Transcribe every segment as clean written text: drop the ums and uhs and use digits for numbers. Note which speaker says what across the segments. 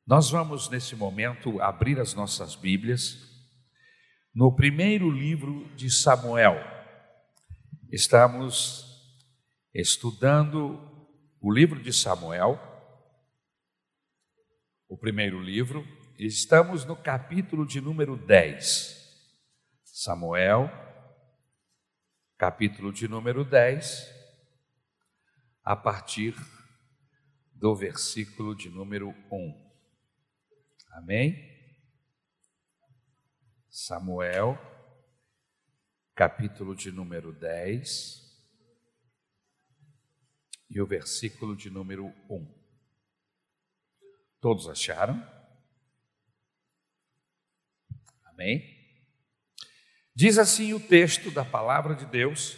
Speaker 1: Nós vamos, nesse momento, abrir as nossas Bíblias no primeiro livro de Samuel. Estamos estudando o livro de Samuel, o primeiro livro, e estamos no capítulo de número 10. Samuel, capítulo de número 10, a partir do versículo de número 1. Amém? Samuel, capítulo de número 10 e o versículo de número 1. Todos acharam? Amém? Diz assim o texto da palavra de Deus: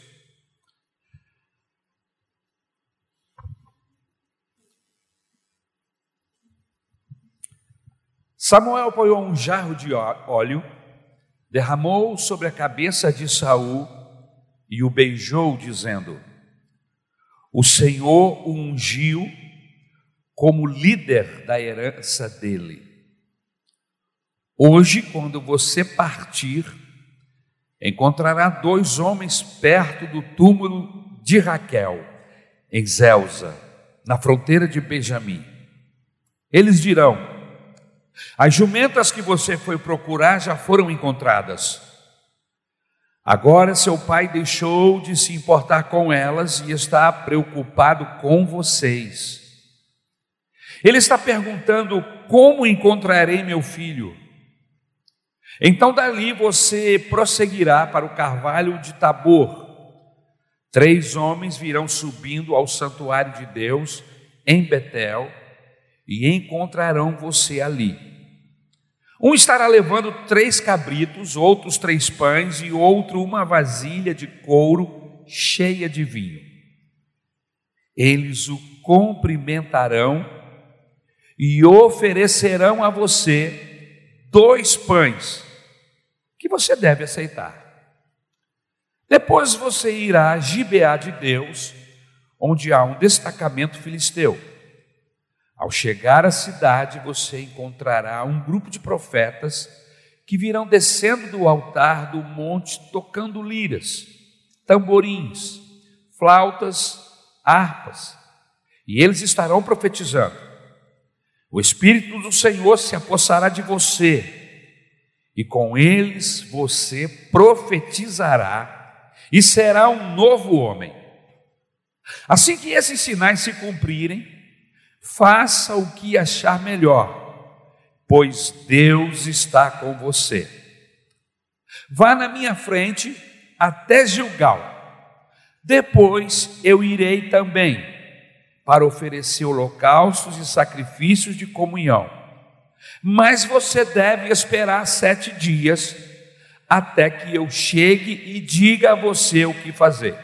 Speaker 1: Samuel apoiou um jarro de óleo, derramou sobre a cabeça de Saul e o beijou, dizendo: O Senhor o ungiu como líder da herança dele. Hoje, quando você partir, encontrará 2 homens perto do túmulo de Raquel, em Zelza, na fronteira de Benjamim. Eles dirão: As jumentas que você foi procurar já foram encontradas. Agora seu pai deixou de se importar com elas e está preocupado com vocês. Ele está perguntando: como encontrarei meu filho? Então dali você prosseguirá para o carvalho de Tabor. 3 homens virão subindo ao santuário de Deus em Betel e encontrarão você ali. Um estará levando 3 cabritos, outros 3 pães e outro uma vasilha de couro cheia de vinho. Eles o cumprimentarão e oferecerão a você 2 pães que você deve aceitar. Depois você irá a Gibeá de Deus, onde há um destacamento filisteu. Ao chegar à cidade, você encontrará um grupo de profetas que virão descendo do altar do monte tocando liras, tamborins, flautas, harpas, e eles estarão profetizando. O Espírito do Senhor se apossará de você, e com eles você profetizará e será um novo homem. Assim que esses sinais se cumprirem, faça o que achar melhor, pois Deus está com você. Vá na minha frente até Gilgal. Depois eu irei também para oferecer holocaustos e sacrifícios de comunhão. Mas você deve esperar 7 dias até que eu chegue e diga a você o que fazer.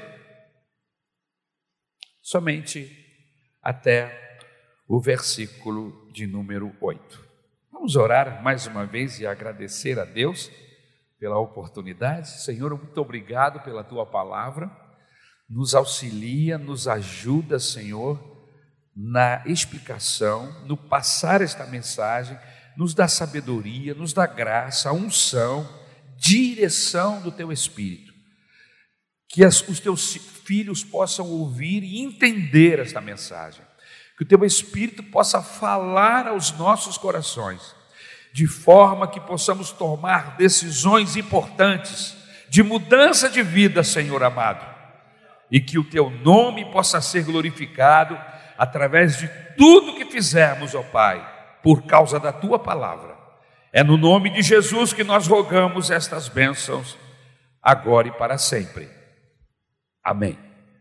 Speaker 1: Somente até o versículo de número 8. Vamos orar mais uma vez e agradecer a Deus pela oportunidade. Senhor, muito obrigado pela Tua palavra. Nos auxilia, nos ajuda, Senhor, na explicação, no passar esta mensagem, nos dá sabedoria, nos dá graça, unção, direção do Teu Espírito. Que os Teus filhos possam ouvir e entender esta mensagem. Que o Teu Espírito possa falar aos nossos corações, de forma que possamos tomar decisões importantes, de mudança de vida, Senhor amado, e que o Teu nome possa ser glorificado, através de tudo que fizermos, ó Pai, por causa da Tua palavra. É no nome de Jesus que nós rogamos estas bênçãos, agora e para sempre. Amém.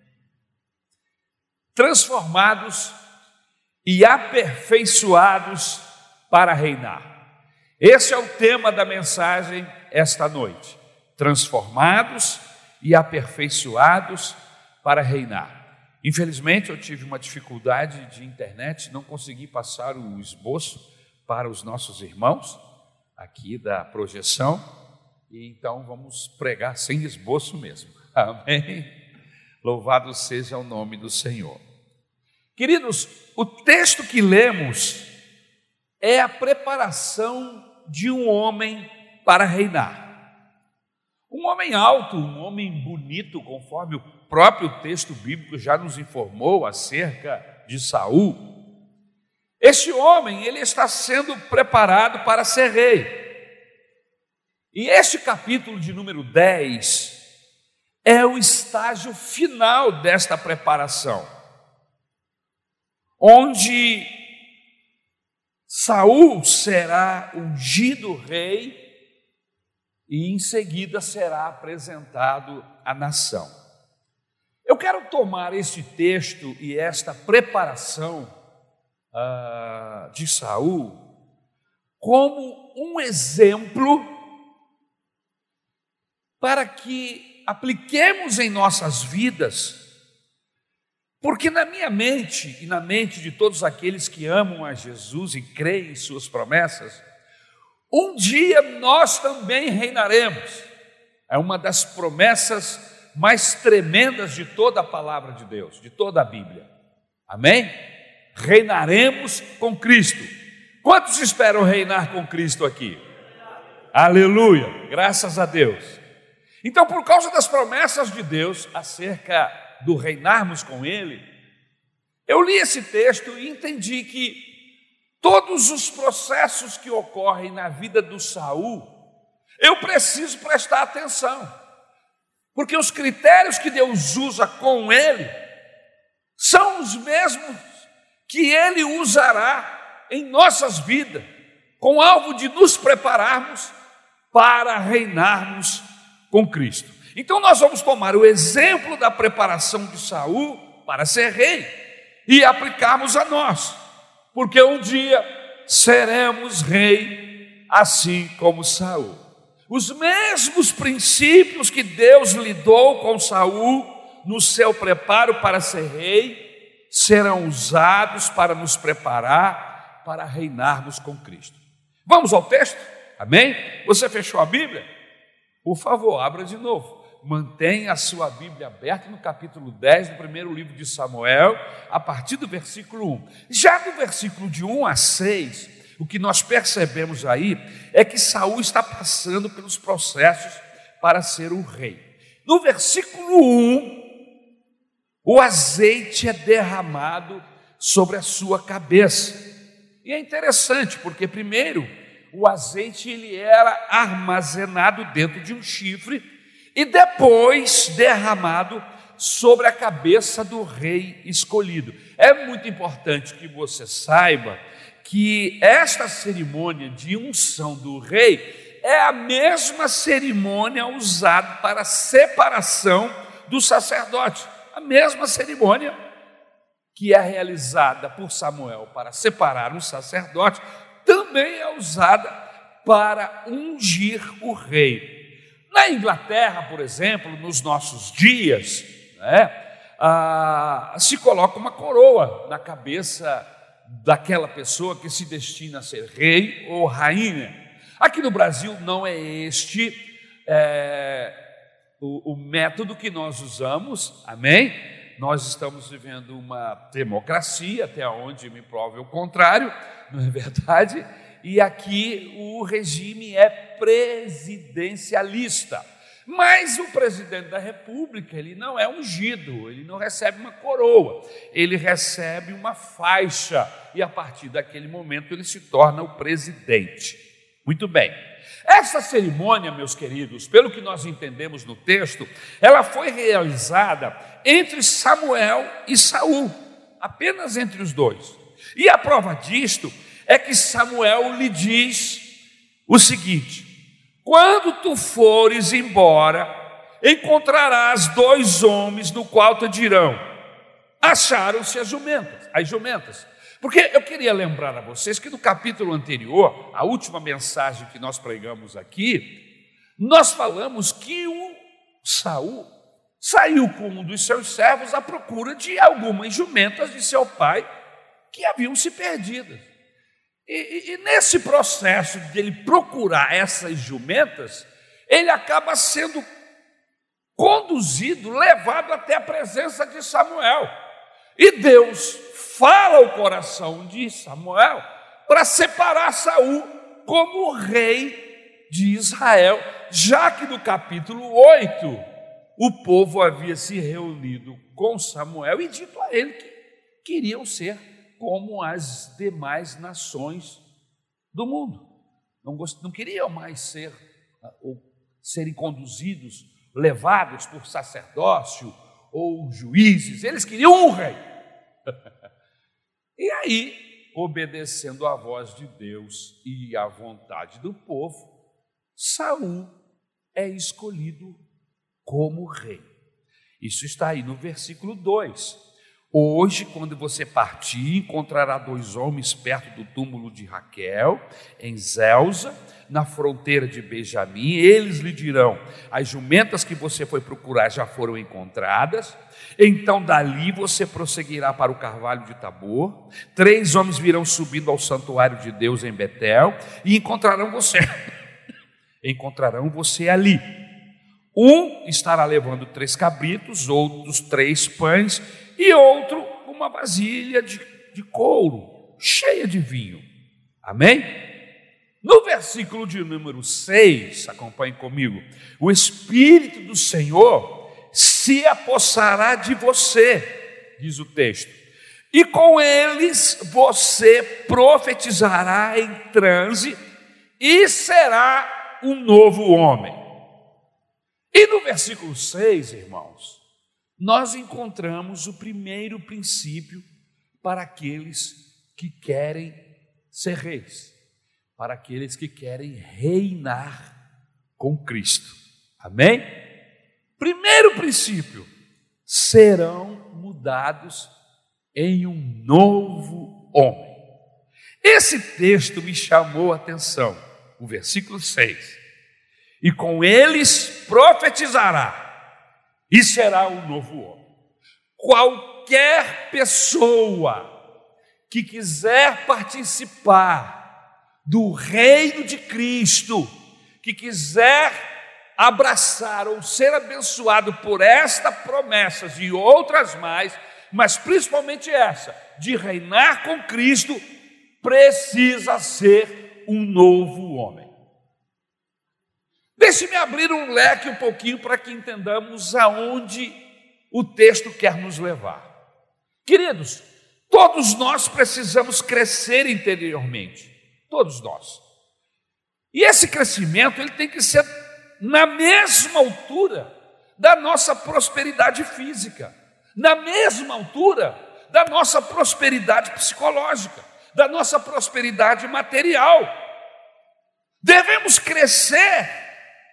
Speaker 1: Transformados e aperfeiçoados para reinar. Esse é o tema da mensagem esta noite. Transformados e aperfeiçoados para reinar. Infelizmente eu tive uma dificuldade de internet, não consegui passar o esboço para os nossos irmãos aqui da projeção, e então vamos pregar sem esboço mesmo. Amém? Louvado seja o nome do Senhor. Queridos, o texto que lemos é a preparação de um homem para reinar. Um homem alto, um homem bonito, conforme o próprio texto bíblico já nos informou acerca de Saul. Este homem, ele está sendo preparado para ser rei. E este capítulo de número 10 é o estágio final desta preparação, onde Saul será ungido rei e em seguida será apresentado à nação. Eu quero tomar este texto e esta preparação de Saul como um exemplo para que apliquemos em nossas vidas, porque na minha mente e na mente de todos aqueles que amam a Jesus e creem em suas promessas, um dia nós também reinaremos. É uma das promessas mais tremendas de toda a palavra de Deus, de toda a Bíblia. Amém? Reinaremos com Cristo. Quantos esperam reinar com Cristo aqui? Aleluia, graças a Deus. Então, por causa das promessas de Deus acerca do reinarmos com Ele, eu li esse texto e entendi que todos os processos que ocorrem na vida do Saul, eu preciso prestar atenção, porque os critérios que Deus usa com ele são os mesmos que Ele usará em nossas vidas, com o alvo de nos prepararmos para reinarmos com Cristo. Então nós vamos tomar o exemplo da preparação de Saul para ser rei e aplicarmos a nós, porque um dia seremos rei assim como Saul. Os mesmos princípios que Deus lidou com Saul no seu preparo para ser rei serão usados para nos preparar para reinarmos com Cristo. Vamos ao texto? Amém? Você fechou a Bíblia? Por favor, abra de novo. Mantenha a sua Bíblia aberta no capítulo 10 do primeiro livro de Samuel, a partir do versículo 1. Já do versículo de 1 a 6, o que nós percebemos aí é que Saul está passando pelos processos para ser o rei. No versículo 1, o azeite é derramado sobre a sua cabeça. E é interessante, porque primeiro, o azeite ele era armazenado dentro de um chifre e depois derramado sobre a cabeça do rei escolhido. É muito importante que você saiba que esta cerimônia de unção do rei é a mesma cerimônia usada para a separação do sacerdote. A mesma cerimônia que é realizada por Samuel para separar um sacerdote também é usada para ungir o rei. Na Inglaterra, por exemplo, nos nossos dias, se coloca uma coroa na cabeça daquela pessoa que se destina a ser rei ou rainha. Aqui no Brasil não é este o método que nós usamos, amém? Nós estamos vivendo uma democracia, até onde me prove o contrário, não é verdade? E aqui o regime é presidencialista. Mas o presidente da República, ele não é ungido, ele não recebe uma coroa, ele recebe uma faixa e a partir daquele momento ele se torna o presidente. Muito bem. Essa cerimônia, meus queridos, pelo que nós entendemos no texto, ela foi realizada entre Samuel e Saul, apenas entre os dois. E a prova disto é que Samuel lhe diz o seguinte: quando tu fores embora, encontrarás 2 homens no qual te dirão: acharam-se as jumentas. Porque eu queria lembrar a vocês que no capítulo anterior, a última mensagem que nós pregamos aqui, nós falamos que o Saul saiu com um dos seus servos à procura de algumas jumentas de seu pai que haviam se perdidas. E nesse processo de ele procurar essas jumentas, ele acaba sendo conduzido, levado até a presença de Samuel. E Deus fala ao coração de Samuel para separar Saul como rei de Israel, já que no capítulo 8 o povo havia se reunido com Samuel e dito a ele que queriam ser como as demais nações do mundo. Não queriam mais serem conduzidos, levados por sacerdócio ou juízes, eles queriam um rei. E aí, obedecendo à voz de Deus e à vontade do povo, Saul é escolhido como rei. Isso está aí no versículo 2. Hoje, quando você partir, encontrará 2 homens perto do túmulo de Raquel, em Zelza, na fronteira de Benjamim. Eles lhe dirão: as jumentas que você foi procurar já foram encontradas. Então dali você prosseguirá para o carvalho de Tabor. 3 homens virão subindo ao santuário de Deus em Betel e encontrarão você. Encontrarão você ali. Um estará levando 3 cabritos, outros 3 pães e outro uma vasilha de couro cheia de vinho. Amém? No versículo de número 6, acompanhe comigo: o Espírito do Senhor se apossará de você, diz o texto, e com eles você profetizará em transe e será um novo homem. E no versículo 6, irmãos, nós encontramos o primeiro princípio para aqueles que querem ser reis, para aqueles que querem reinar com Cristo. Amém? Primeiro princípio: serão mudados em um novo homem. Esse texto me chamou a atenção, o versículo 6. E com eles profetizará e será um novo homem. Qualquer pessoa que quiser participar do reino de Cristo, que quiser abraçar ou ser abençoado por esta promessa e outras mais, mas principalmente essa, de reinar com Cristo, precisa ser um novo homem. Deixe-me abrir um leque um pouquinho para que entendamos aonde o texto quer nos levar. Queridos, todos nós precisamos crescer interiormente, todos nós. E esse crescimento ele tem que ser na mesma altura da nossa prosperidade física, na mesma altura da nossa prosperidade psicológica, da nossa prosperidade material. Devemos crescer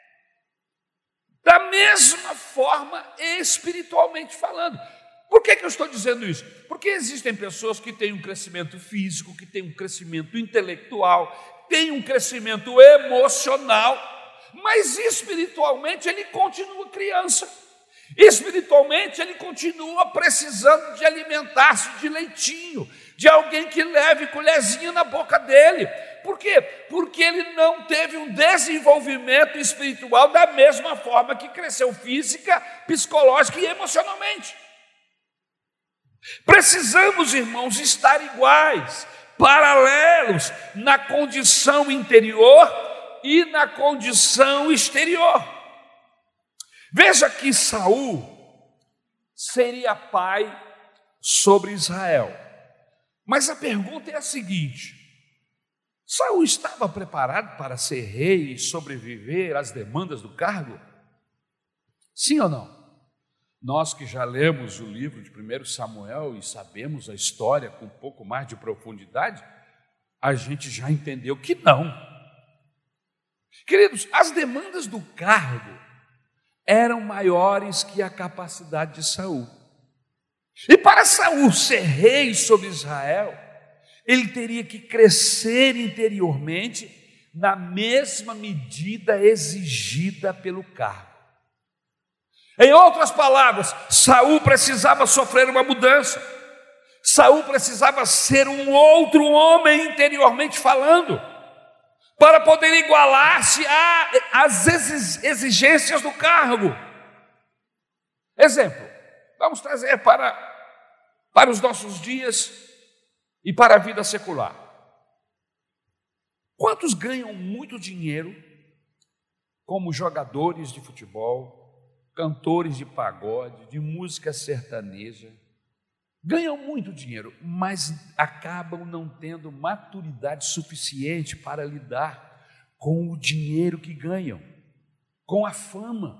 Speaker 1: da mesma forma espiritualmente falando. Por que eu estou dizendo isso? Porque existem pessoas que têm um crescimento físico, que têm um crescimento intelectual, têm um crescimento emocional, mas espiritualmente ele continua criança. Espiritualmente ele continua precisando de alimentar-se de leitinho, de alguém que leve colherzinha na boca dele. Por quê? Porque ele não teve um desenvolvimento espiritual da mesma forma que cresceu física, psicológica e emocionalmente. Precisamos, irmãos, estar iguais, paralelos na condição interior e na condição exterior. Veja que Saul seria pai sobre Israel. Mas a pergunta é a seguinte: Saul estava preparado para ser rei e sobreviver às demandas do cargo? Sim ou não? Nós que já lemos o livro de 1 Samuel e sabemos a história com um pouco mais de profundidade, a gente já entendeu que não. Queridos, as demandas do cargo eram maiores que a capacidade de Saul. E para Saul ser rei sobre Israel, ele teria que crescer interiormente na mesma medida exigida pelo cargo. Em outras palavras, Saul precisava sofrer uma mudança. Saul precisava ser um outro homem interiormente falando, para poder igualar-se às exigências do cargo. Exemplo, vamos trazer para os nossos dias e para a vida secular. Quantos ganham muito dinheiro como jogadores de futebol, cantores de pagode, de música sertaneja? Ganham muito dinheiro, mas acabam não tendo maturidade suficiente para lidar com o dinheiro que ganham, com a fama.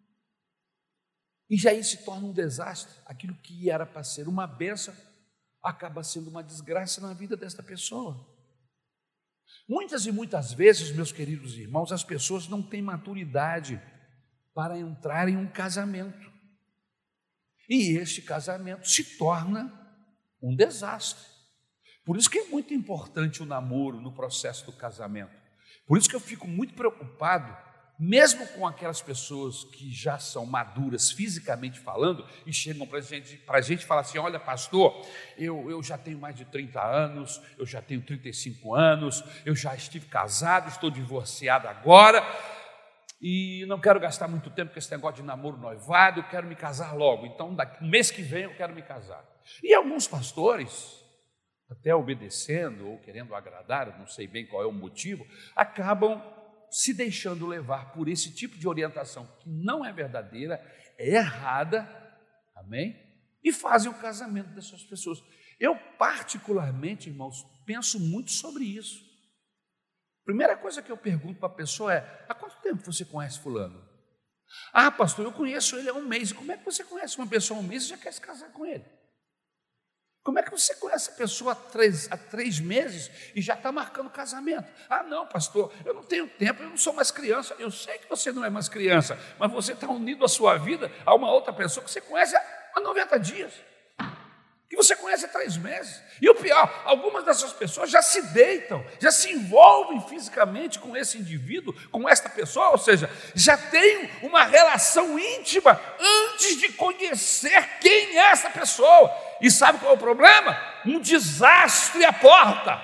Speaker 1: E já isso se torna um desastre. Aquilo que era para ser uma bênção acaba sendo uma desgraça na vida desta pessoa. Muitas e muitas vezes, meus queridos irmãos, as pessoas não têm maturidade para entrar em um casamento. E este casamento se torna um desastre. Por isso que é muito importante o namoro no processo do casamento. Por isso que eu fico muito preocupado, mesmo com aquelas pessoas que já são maduras fisicamente falando e chegam para a gente e falam assim: olha, pastor, eu já tenho mais de 30 anos, eu já tenho 35 anos, eu já estive casado, estou divorciado agora e não quero gastar muito tempo com esse negócio de namoro, noivado, eu quero me casar logo, então no mês que vem eu quero me casar. E alguns pastores, até obedecendo ou querendo agradar, não sei bem qual é o motivo, acabam se deixando levar por esse tipo de orientação que não é verdadeira, é errada, amém? E fazem o casamento dessas pessoas. Eu particularmente, irmãos, penso muito sobre isso. Primeira coisa que eu pergunto para a pessoa é: há quanto tempo você conhece fulano? Ah, pastor, eu conheço ele há um mês. Como é que você conhece uma pessoa há um mês e já quer se casar com ele? Como é que você conhece a pessoa há 3 meses e já está marcando casamento? Ah, não, pastor, eu não tenho tempo, eu não sou mais criança. Eu sei que você não é mais criança, mas você está unido a sua vida a uma outra pessoa que você conhece há 90 dias, que você conhece há 3 meses. E o pior, algumas dessas pessoas já se deitam, já se envolvem fisicamente com esse indivíduo, com esta pessoa, ou seja, já tem uma relação íntima antes de conhecer quem é essa pessoa. E sabe qual é o problema? Um desastre à porta.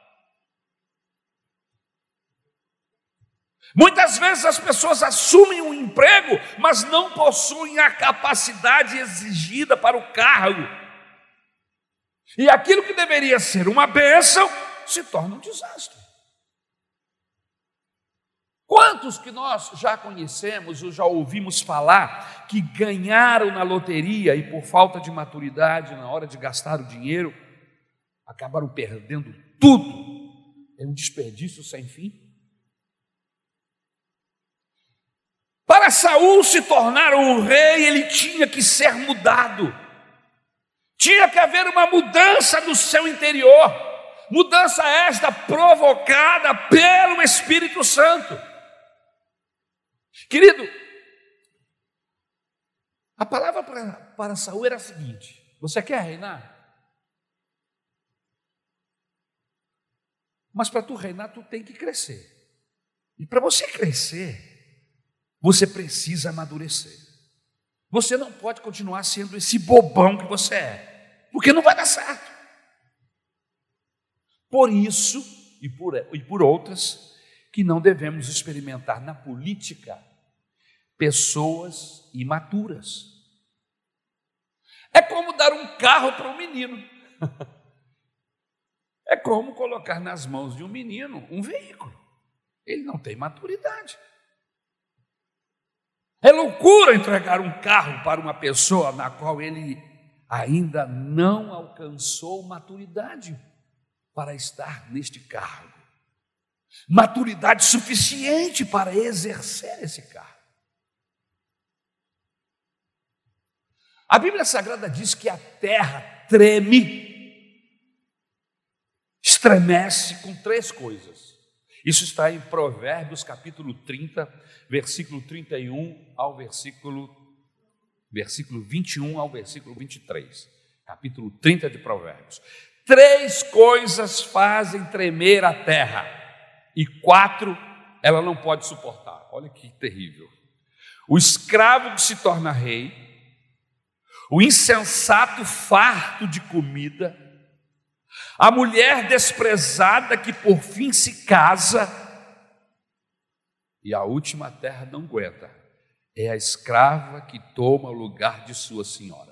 Speaker 1: Muitas vezes as pessoas assumem um emprego, mas não possuem a capacidade exigida para o cargo. E aquilo que deveria ser uma bênção se torna um desastre. Quantos que nós já conhecemos ou já ouvimos falar que ganharam na loteria e por falta de maturidade na hora de gastar o dinheiro, acabaram perdendo tudo? É um desperdício sem fim. Para Saul se tornar um rei, ele tinha que ser mudado. Tinha que haver uma mudança no seu interior. Mudança esta provocada pelo Espírito Santo. Querido, a palavra para Saul era a seguinte: você quer reinar? Mas para tu reinar, tu tem que crescer. E para você crescer, você precisa amadurecer. Você não pode continuar sendo esse bobão que você é, porque não vai dar certo. Por isso, e por outras, que não devemos experimentar na política pessoas imaturas. É como dar um carro para um menino. É como colocar nas mãos de um menino um veículo. Ele não tem maturidade. É loucura entregar um carro para uma pessoa na qual ele ainda não alcançou maturidade para estar neste cargo. Maturidade suficiente para exercer esse cargo. A Bíblia Sagrada diz que a terra treme, estremece com 3 coisas. Isso está em Provérbios capítulo 30, versículo 31 ao versículo 21 ao versículo 23. Capítulo 30 de Provérbios. 3 coisas fazem tremer a terra e 4 ela não pode suportar. Olha que terrível. O escravo que se torna rei, o insensato farto de comida, a mulher desprezada que por fim se casa, e a última, a terra não aguenta, é a escrava que toma o lugar de sua senhora.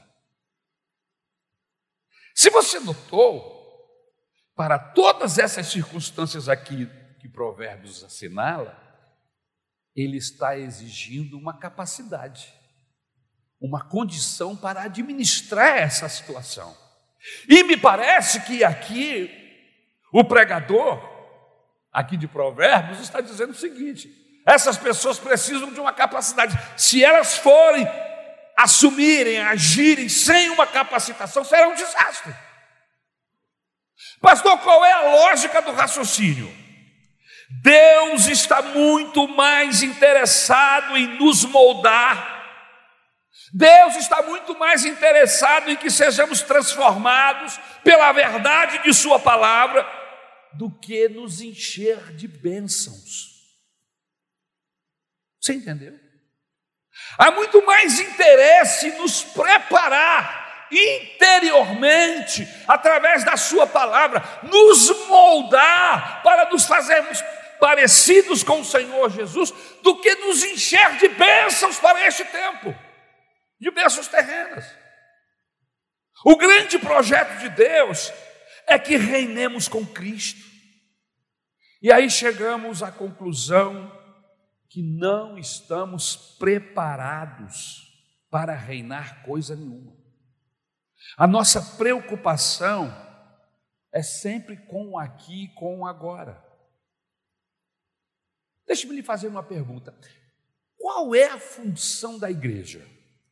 Speaker 1: Se você notou, para todas essas circunstâncias aqui que Provérbios assinala, ele está exigindo uma capacidade, uma condição para administrar essa situação. E me parece que aqui o pregador, aqui de Provérbios, está dizendo o seguinte: essas pessoas precisam de uma capacidade. Se elas forem assumirem, agirem sem uma capacitação, será um desastre. Pastor, qual é a lógica do raciocínio? Deus está muito mais interessado em nos moldar. Deus está muito mais interessado em que sejamos transformados pela verdade de sua palavra do que nos encher de bênçãos. Você entendeu? Há muito mais interesse em nos preparar interiormente, através da sua palavra, nos moldar para nos fazermos parecidos com o Senhor Jesus, do que nos encher de bênçãos para este tempo, de bênçãos terrenas. O grande projeto de Deus é que reinemos com Cristo. E aí chegamos à conclusão que não estamos preparados para reinar coisa nenhuma. A nossa preocupação é sempre com o aqui e com o agora. Deixe-me lhe fazer uma pergunta: qual é a função da igreja?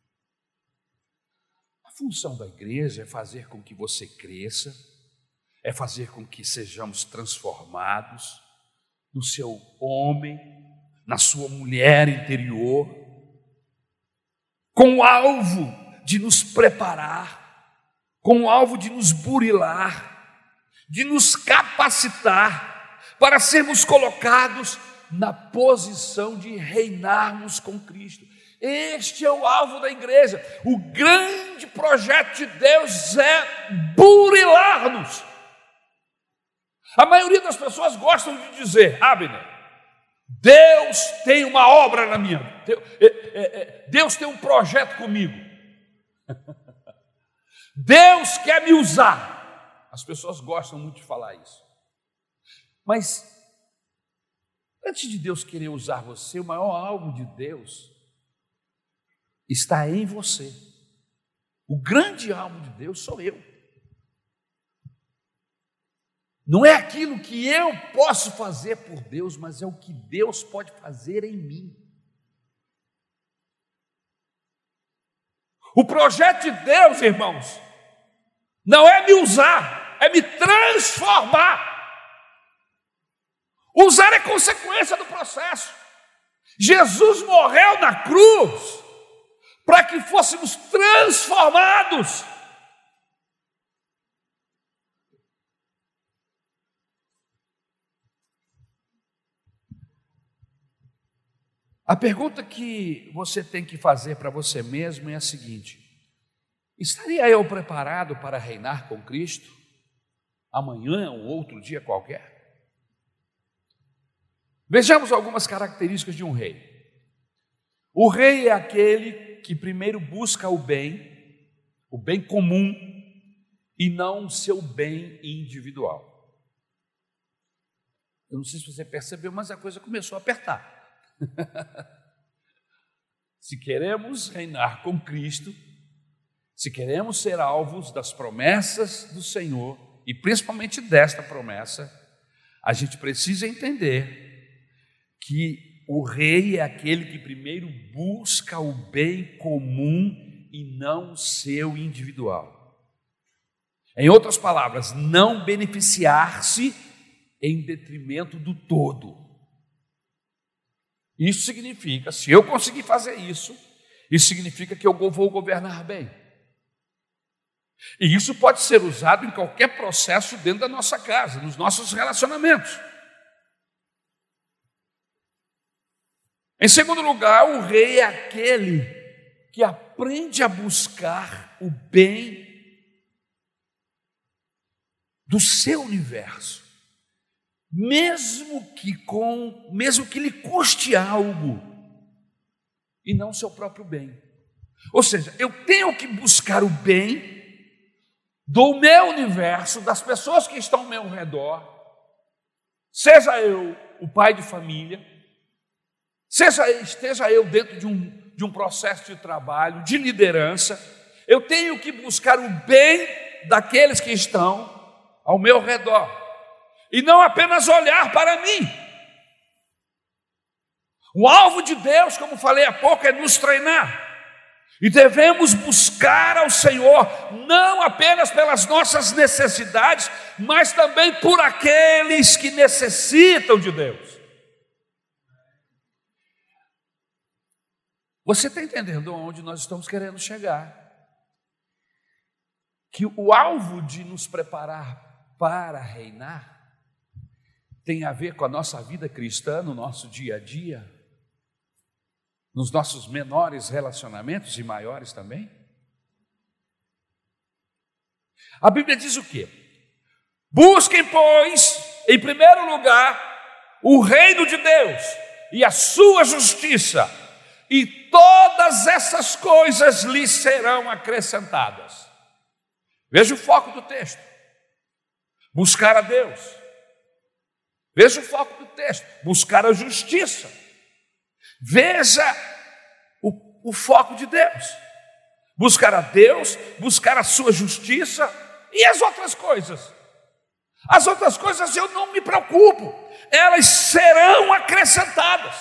Speaker 1: A função da igreja é fazer com que você cresça, é fazer com que sejamos transformados no seu homem, na sua mulher interior, com o alvo de nos preparar, com o alvo de nos burilar, de nos capacitar para sermos colocados na posição de reinarmos com Cristo. Este é o alvo da igreja. O grande projeto de Deus é burilar-nos. A maioria das pessoas gostam de dizer: Abner, Deus tem uma obra na minha vida, Deus tem um projeto comigo, Deus quer me usar. As pessoas gostam muito de falar isso. Mas antes de Deus querer usar você, o maior alvo de Deus está em você. O grande alvo de Deus sou eu. Não é aquilo que eu posso fazer por Deus, mas é o que Deus pode fazer em mim. O projeto de Deus, irmãos, não é me usar, é me transformar. Usar é consequência do processo. Jesus morreu na cruz para que fôssemos transformados. A pergunta que você tem que fazer para você mesmo é a seguinte: estaria eu preparado para reinar com Cristo amanhã ou outro dia qualquer? Vejamos algumas características de um rei. O rei é aquele que primeiro busca o bem comum, e não o seu bem individual. Eu não sei se você percebeu, mas a coisa começou a apertar. Se queremos reinar com Cristo, se queremos ser alvos das promessas do Senhor, e principalmente desta promessa, a gente precisa entender que o rei é aquele que primeiro busca o bem comum e não o seu individual. Em outras palavras, não beneficiar-se em detrimento do todo. Isso significa, se eu conseguir fazer isso significa que eu vou governar bem. E isso pode ser usado em qualquer processo dentro da nossa casa, nos nossos relacionamentos. Em segundo lugar, o rei é aquele que aprende a buscar o bem do seu universo, mesmo que lhe custe algo, e não seu próprio bem. Ou seja, eu tenho que buscar o bem do meu universo, das pessoas que estão ao meu redor, seja eu o pai de família, esteja eu dentro de um processo de trabalho, de liderança, eu tenho que buscar o bem daqueles que estão ao meu redor, e não apenas olhar para mim. O alvo de Deus, como falei há pouco, é nos treinar, e devemos buscar ao Senhor, não apenas pelas nossas necessidades, mas também por aqueles que necessitam de Deus. Você está entendendo onde nós estamos querendo chegar? Que o alvo de nos preparar para reinar tem a ver com a nossa vida cristã, no nosso dia a dia, nos nossos menores relacionamentos e maiores também. A Bíblia diz o quê? Busquem, pois, em primeiro lugar, o reino de Deus e a sua justiça, e todas essas coisas lhes serão acrescentadas. Veja o foco do texto: buscar a Deus. Veja o foco do texto: buscar a justiça. Veja o foco de Deus: buscar a Deus, buscar a sua justiça. E as outras coisas? As outras coisas eu não me preocupo, elas serão acrescentadas.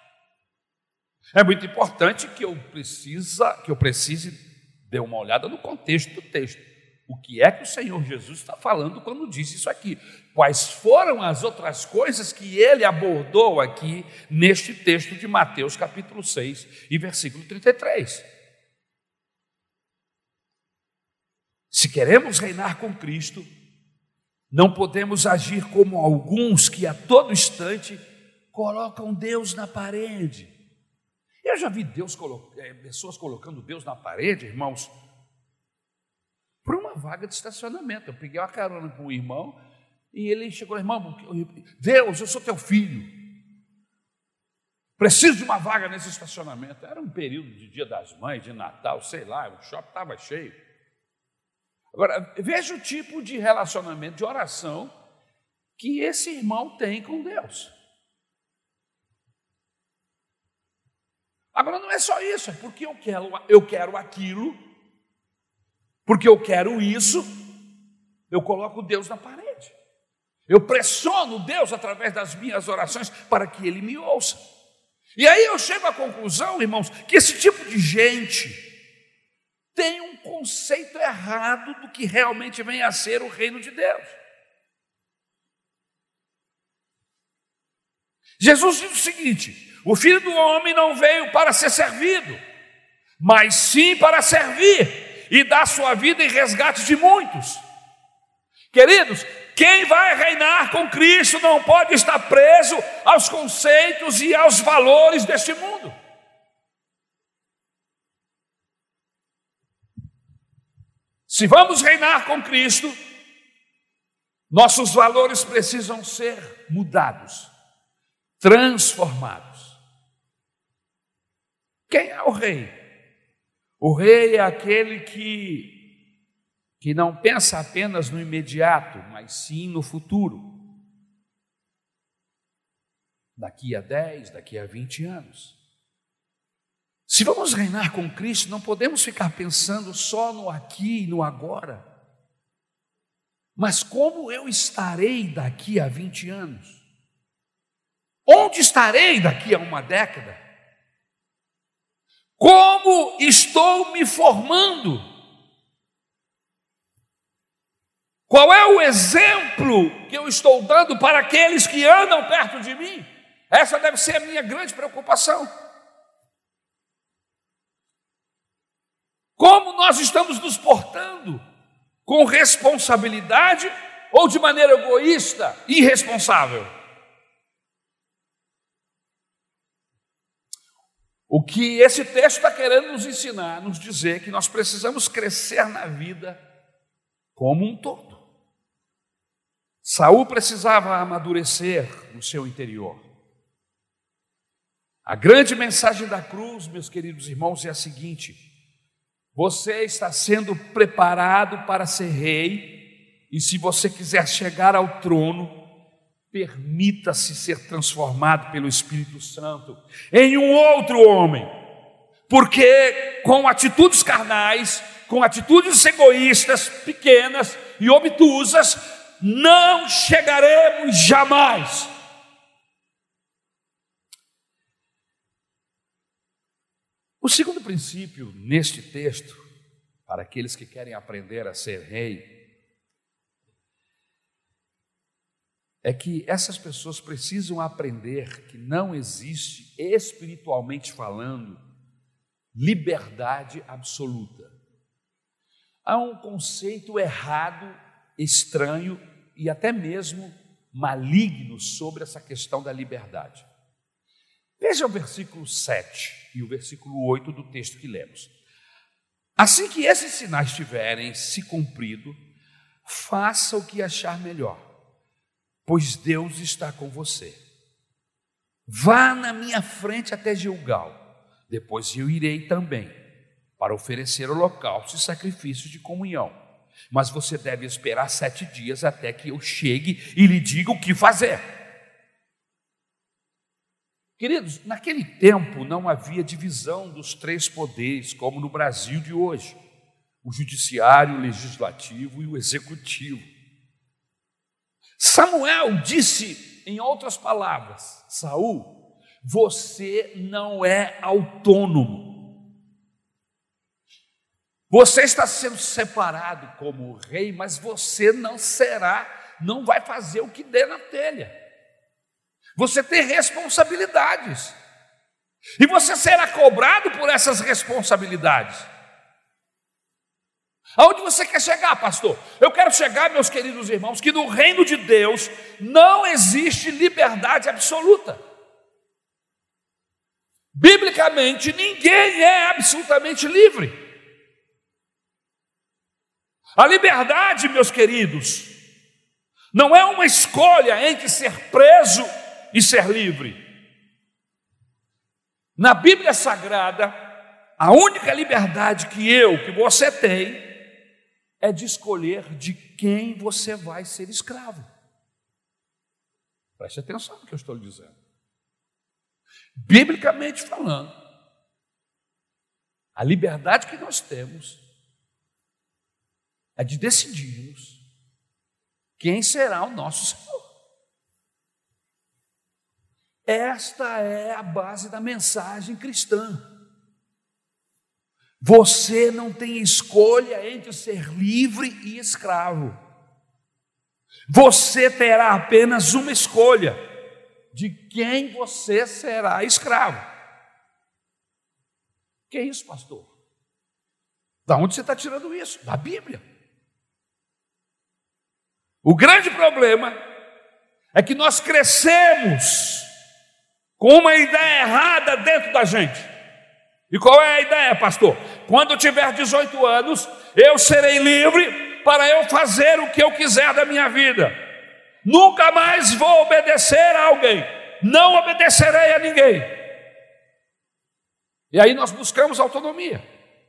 Speaker 1: É muito importante que eu precise dar uma olhada no contexto do texto. O que é que o Senhor Jesus está falando quando diz isso aqui? Quais foram as outras coisas que ele abordou aqui neste texto de Mateus capítulo 6 e versículo 33? Se queremos reinar com Cristo, não podemos agir como alguns que a todo instante colocam Deus na parede. Eu já vi pessoas colocando Deus na parede, irmãos, por uma vaga de estacionamento. Eu peguei uma carona com um irmão e ele chegou: irmão, Deus, eu sou teu filho, preciso de uma vaga nesse estacionamento. Era um período de Dia das Mães, de Natal, sei lá, o shopping estava cheio. Agora, veja o tipo de relacionamento, de oração que esse irmão tem com Deus. Agora, não é só isso, é porque eu quero aquilo, porque eu quero isso, eu coloco Deus na parede. Eu pressiono Deus através das minhas orações para que Ele me ouça. E aí eu chego à conclusão, irmãos, que esse tipo de gente tem um conceito errado do que realmente vem a ser o reino de Deus. Jesus diz o seguinte: o Filho do Homem não veio para ser servido, mas sim para servir e dar sua vida em resgate de muitos. Queridos, quem vai reinar com Cristo não pode estar preso aos conceitos e aos valores deste mundo. Se vamos reinar com Cristo, nossos valores precisam ser mudados, transformados. Quem é o rei? O rei é aquele que não pensa apenas no imediato, mas sim no futuro. Daqui a 10, daqui a 20 anos. Se vamos reinar com Cristo, não podemos ficar pensando só no aqui e no agora. Mas como eu estarei daqui a 20 anos? Onde estarei daqui a uma década? Como estou me formando? Qual é o exemplo que eu estou dando para aqueles que andam perto de mim? Essa deve ser a minha grande preocupação. Como nós estamos nos portando? Com responsabilidade ou de maneira egoísta, irresponsável? O que esse texto está querendo nos ensinar, nos dizer que nós precisamos crescer na vida como um todo. Saul precisava amadurecer no seu interior. A grande mensagem da cruz, meus queridos irmãos, é a seguinte: você está sendo preparado para ser rei, e se você quiser chegar ao trono, permita-se ser transformado pelo Espírito Santo em um outro homem, porque com atitudes carnais, com atitudes egoístas, pequenas e obtusas, não chegaremos jamais. O segundo princípio neste texto, para aqueles que querem aprender a ser rei, é que essas pessoas precisam aprender que não existe, espiritualmente falando, liberdade absoluta. Há um conceito errado, estranho e até mesmo maligno sobre essa questão da liberdade. Veja o versículo 7 e o versículo 8 do texto que lemos. Assim que esses sinais tiverem se cumprido, faça o que achar melhor, pois Deus está com você. Vá na minha frente até Gilgal, depois eu irei também, para oferecer holocausto e sacrifício de comunhão. Mas você deve esperar 7 dias até que eu chegue e lhe diga o que fazer. Queridos, naquele tempo não havia divisão dos 3 poderes, como no Brasil de hoje: o judiciário, o legislativo e o executivo. Samuel disse, em outras palavras: Saul, você não é autônomo. Você está sendo separado como rei, mas você não vai fazer o que der na telha. Você tem responsabilidades. E você será cobrado por essas responsabilidades. Aonde você quer chegar, pastor? Eu quero chegar, meus queridos irmãos, que no reino de Deus não existe liberdade absoluta. Biblicamente, ninguém é absolutamente livre. A liberdade, meus queridos, não é uma escolha entre ser preso e ser livre. Na Bíblia Sagrada, a única liberdade que você tem, é de escolher de quem você vai ser escravo. Preste atenção no que eu estou lhe dizendo. Biblicamente falando, a liberdade que nós temos é de decidirmos quem será o nosso Senhor. Esta é a base da mensagem cristã. Você não tem escolha entre ser livre e escravo. Você terá apenas uma escolha: de quem você será escravo. Que é isso, pastor? Da onde você está tirando isso? Da Bíblia. O grande problema é que nós crescemos com uma ideia errada dentro da gente. E qual é a ideia, pastor? Quando eu tiver 18 anos, eu serei livre para eu fazer o que eu quiser da minha vida. Nunca mais vou obedecer a alguém. Não obedecerei a ninguém. E aí nós buscamos autonomia.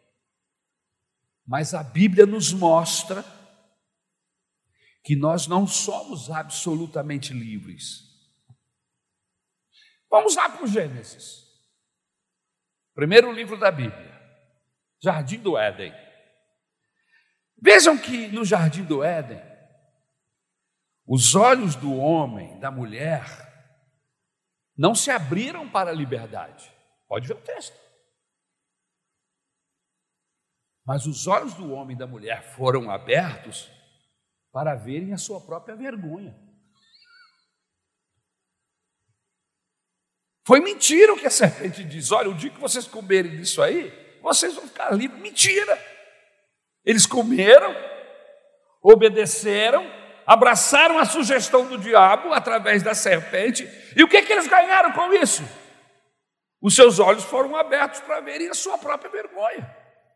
Speaker 1: Mas a Bíblia nos mostra que nós não somos absolutamente livres. Vamos lá para o Gênesis. Primeiro livro da Bíblia, Jardim do Éden. Vejam que no Jardim do Éden, os olhos do homem, da mulher, não se abriram para a liberdade. Pode ver o texto. Mas os olhos do homem e da mulher foram abertos para verem a sua própria vergonha. Foi mentira o que a serpente diz: olha, o dia que vocês comerem disso aí, vocês vão ficar livres. Mentira! Eles comeram, obedeceram, abraçaram a sugestão do diabo através da serpente. E o que eles ganharam com isso? Os seus olhos foram abertos para verem a sua própria vergonha.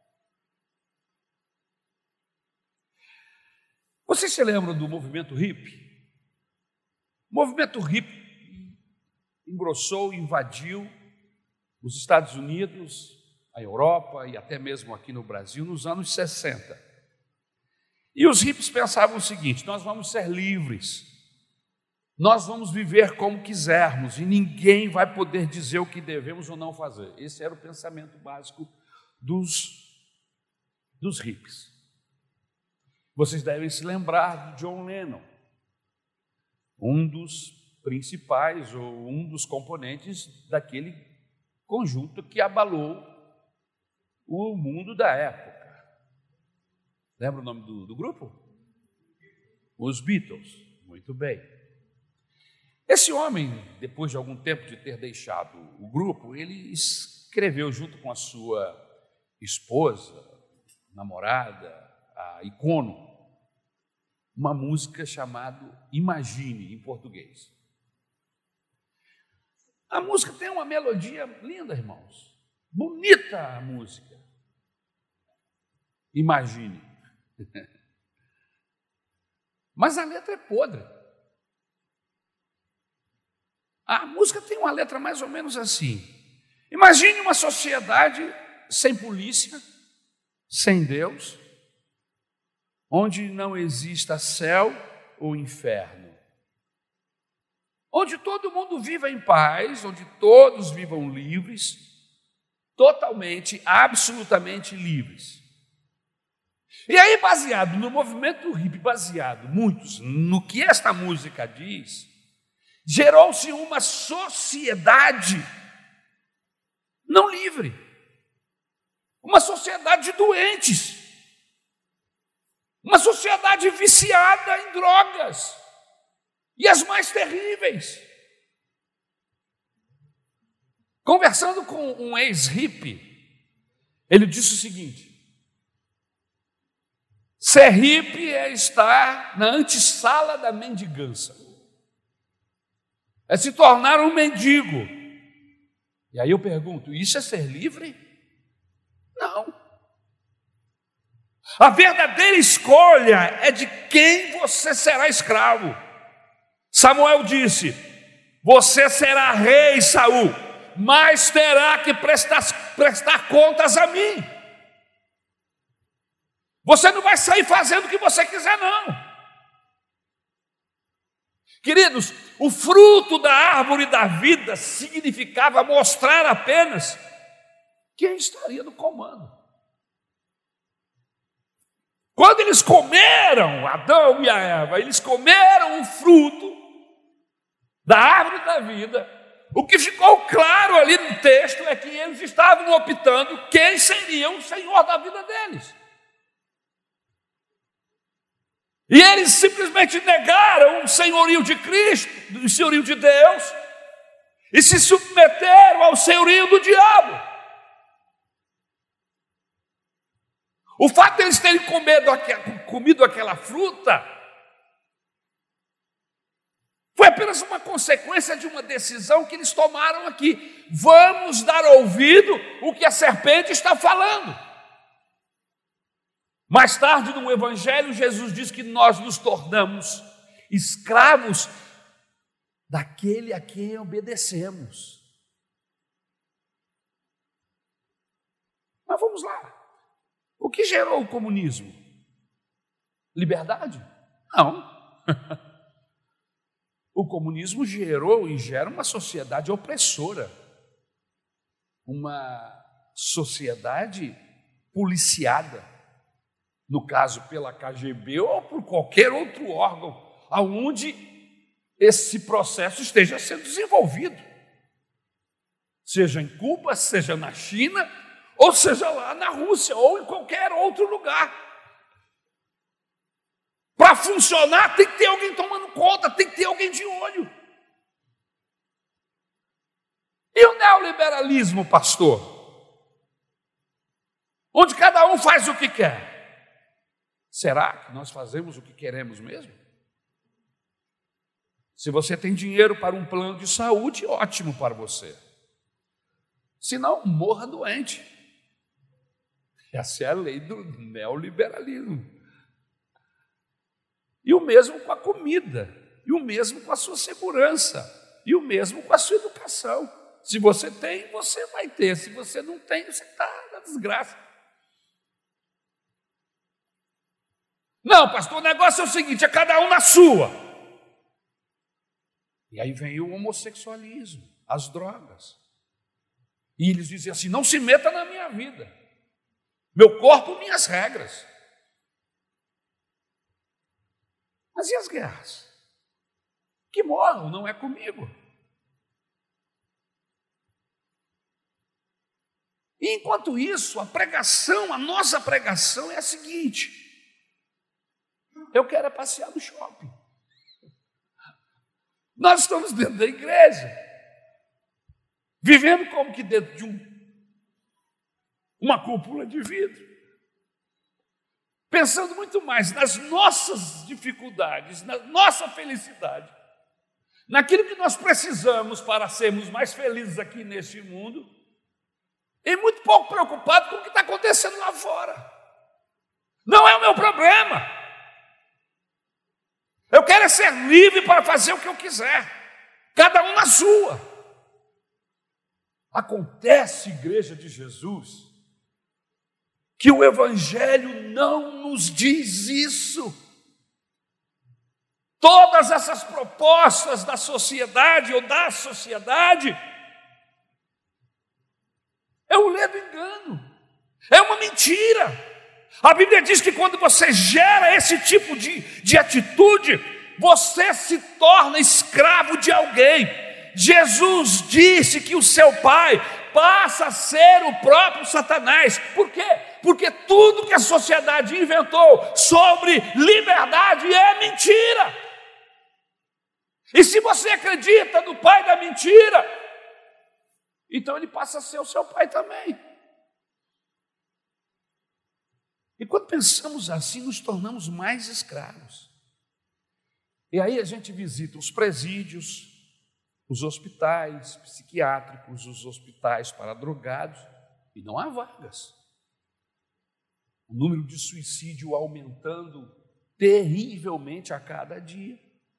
Speaker 1: Vocês se lembram do movimento hippie? O movimento hippie engrossou, invadiu os Estados Unidos, a Europa e até mesmo aqui no Brasil nos anos 60. E os hippies pensavam o seguinte: nós vamos ser livres, nós vamos viver como quisermos e ninguém vai poder dizer o que devemos ou não fazer. Esse era o pensamento básico dos hippies. Vocês devem se lembrar de John Lennon, um dos principais ou um dos componentes daquele conjunto que abalou o mundo da época. Lembra o nome do grupo? Os Beatles. Muito bem. Esse homem, depois de algum tempo de ter deixado o grupo, ele escreveu junto com a sua esposa, namorada, a Icono, uma música chamada Imagine, em português. A música tem uma melodia linda, irmãos. Bonita a música. Imagine. Mas a letra é podre. A música tem uma letra mais ou menos assim. Imagine uma sociedade sem polícia, sem Deus, onde não exista céu ou inferno, onde todo mundo viva em paz, onde todos vivam livres, totalmente, absolutamente livres. E aí, baseado no movimento hippie, baseado muitos no que esta música diz, gerou-se uma sociedade não livre, uma sociedade de doentes, uma sociedade viciada em drogas, e as mais terríveis. Conversando com um ex-hippie, ele disse o seguinte: ser hippie é estar na antessala da mendigança, é se tornar um mendigo. E aí eu pergunto, isso é ser livre? Não. A verdadeira escolha é de quem você será escravo. Samuel disse: você será rei, Saul, mas terá que prestar contas a mim. Você não vai sair fazendo o que você quiser, não. Queridos, o fruto da árvore da vida significava mostrar apenas quem estaria no comando. Quando eles comeram, Adão e a Eva, eles comeram o fruto da árvore da vida, o que ficou claro ali no texto é que eles estavam optando quem seria o Senhor da vida deles. E eles simplesmente negaram o senhorio de Cristo, o senhorio de Deus, e se submeteram ao senhorio do diabo. O fato de eles terem comido aquela fruta foi apenas uma consequência de uma decisão que eles tomaram aqui. Vamos dar ouvido ao que a serpente está falando. Mais tarde, no Evangelho, Jesus diz que nós nos tornamos escravos daquele a quem obedecemos. Mas vamos lá. O que gerou o comunismo? Liberdade? Não. O comunismo gerou e gera uma sociedade opressora, uma sociedade policiada, no caso pela KGB ou por qualquer outro órgão, aonde esse processo esteja sendo desenvolvido, seja em Cuba, seja na China, ou seja lá na Rússia, ou em qualquer outro lugar. Para funcionar tem que ter alguém tomando conta, tem que ter alguém de olho. E o neoliberalismo, pastor? Onde cada um faz o que quer. Será que nós fazemos o que queremos mesmo? Se você tem dinheiro para um plano de saúde, ótimo para você. Se não, morra doente. Essa é a lei do neoliberalismo. E o mesmo com a comida, e o mesmo com a sua segurança, e o mesmo com a sua educação. Se você tem, você vai ter. Se você não tem, você está na desgraça. Não, pastor, o negócio é o seguinte, é cada um na sua. E aí vem o homossexualismo, as drogas. E eles dizem assim: não se meta na minha vida. Meu corpo, minhas regras. Mas e as guerras? Que morram, não é comigo. E enquanto isso, a nossa pregação é a seguinte: eu quero passear no shopping. Nós estamos dentro da igreja, vivendo como que dentro de uma cúpula de vidro, pensando muito mais nas nossas dificuldades, na nossa felicidade, naquilo que nós precisamos para sermos mais felizes aqui neste mundo, e muito pouco preocupado com o que está acontecendo lá fora. Não é o meu problema. Eu quero ser livre para fazer o que eu quiser, cada um na sua. Acontece, igreja de Jesus, que o Evangelho não nos diz isso. Todas essas propostas da sociedade ou da sociedade é um ledo engano, é uma mentira. A Bíblia diz que quando você gera esse tipo de atitude, você se torna escravo de alguém. Jesus disse que o seu pai passa a ser o próprio Satanás. Por quê? Porque tudo que a sociedade inventou sobre liberdade é mentira. E se você acredita no pai da mentira, então ele passa a ser o seu pai também. E quando pensamos assim, nos tornamos mais escravos. E aí a gente visita os presídios, os hospitais psiquiátricos, os hospitais para drogados, e não há vagas. O número de suicídio aumentando terrivelmente a cada dia.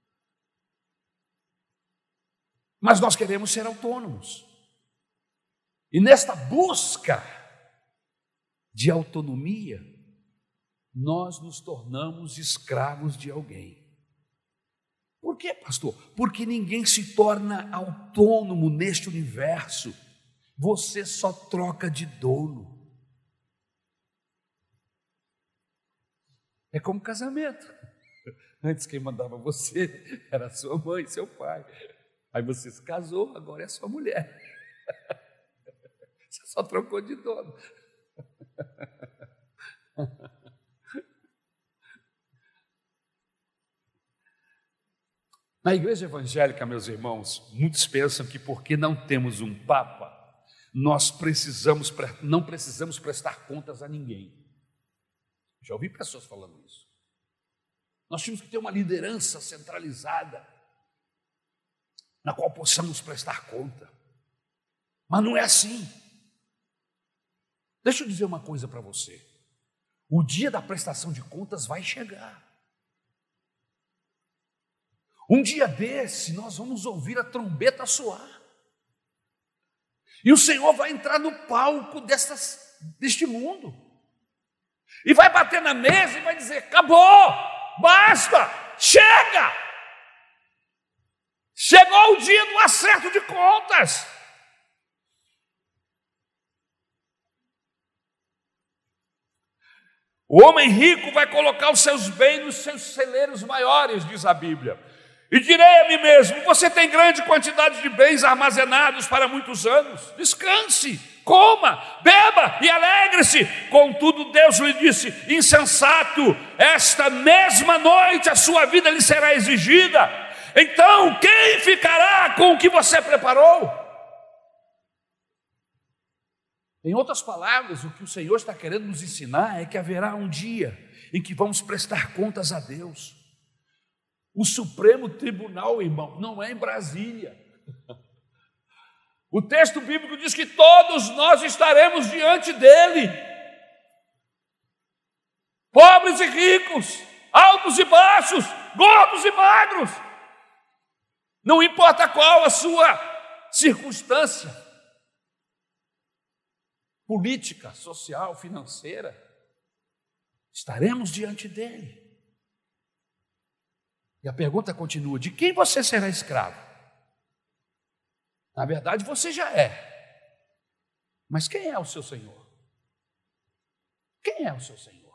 Speaker 1: Mas nós queremos ser autônomos. E nesta busca de autonomia, nós nos tornamos escravos de alguém. Por quê, pastor? Porque ninguém se torna autônomo neste universo. Você só troca de dono. É como casamento. Antes quem mandava você era sua mãe, seu pai. Aí você se casou, agora é sua mulher. Você só trocou de dono. Na igreja evangélica, meus irmãos, muitos pensam que porque não temos um papa, nós não precisamos prestar contas a ninguém. Já ouvi pessoas falando isso. Nós temos que ter uma liderança centralizada, na qual possamos prestar conta. Mas não é assim. Deixa eu dizer uma coisa para você. O dia da prestação de contas vai chegar. Um dia desse, nós vamos ouvir a trombeta soar. E o Senhor vai entrar no palco deste mundo. E vai bater na mesa e vai dizer: acabou, basta, chega. Chegou o dia do acerto de contas. O homem rico vai colocar os seus bens nos seus celeiros maiores, diz a Bíblia. E direi a mim mesmo: você tem grande quantidade de bens armazenados para muitos anos. Descanse, coma, beba e alegre-se. Contudo, Deus lhe disse: insensato, esta mesma noite a sua vida lhe será exigida. Então, quem ficará com o que você preparou? Em outras palavras, o que o Senhor está querendo nos ensinar é que haverá um dia em que vamos prestar contas a Deus. O Supremo Tribunal, irmão, não é em Brasília. O texto bíblico diz que todos nós estaremos diante dele. Pobres e ricos, altos e baixos, gordos e magros. Não importa qual a sua circunstância política, social, financeira, estaremos diante dele. E a pergunta continua: de quem você será escravo? Na verdade, você já é. Mas quem é o seu Senhor? Quem é o seu Senhor?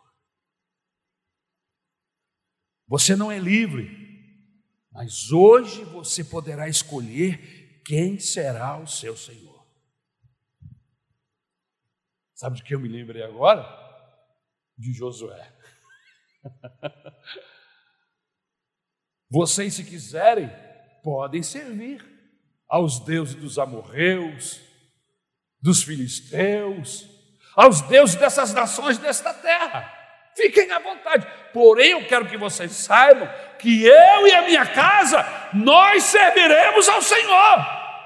Speaker 1: Você não é livre, mas hoje você poderá escolher quem será o seu Senhor. Sabe de que eu me lembrei agora? De Josué. Vocês, se quiserem, podem servir aos deuses dos amorreus, dos filisteus, aos deuses dessas nações desta terra. Fiquem à vontade. Porém, eu quero que vocês saibam que eu e a minha casa, nós serviremos ao Senhor.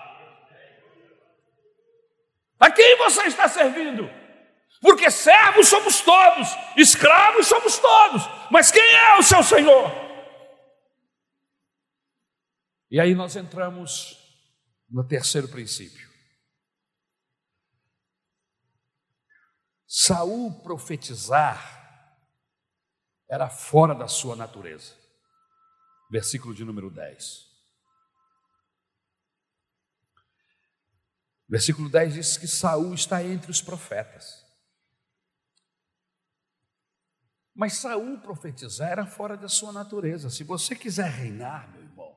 Speaker 1: A quem você está servindo? Porque servos somos todos, escravos somos todos, mas quem é o seu Senhor? E aí nós entramos no terceiro princípio. Saul profetizar era fora da sua natureza. Versículo de número 10. Versículo 10 diz que Saul está entre os profetas. Mas Saul profetizar era fora da sua natureza. Se você quiser reinar, meu irmão,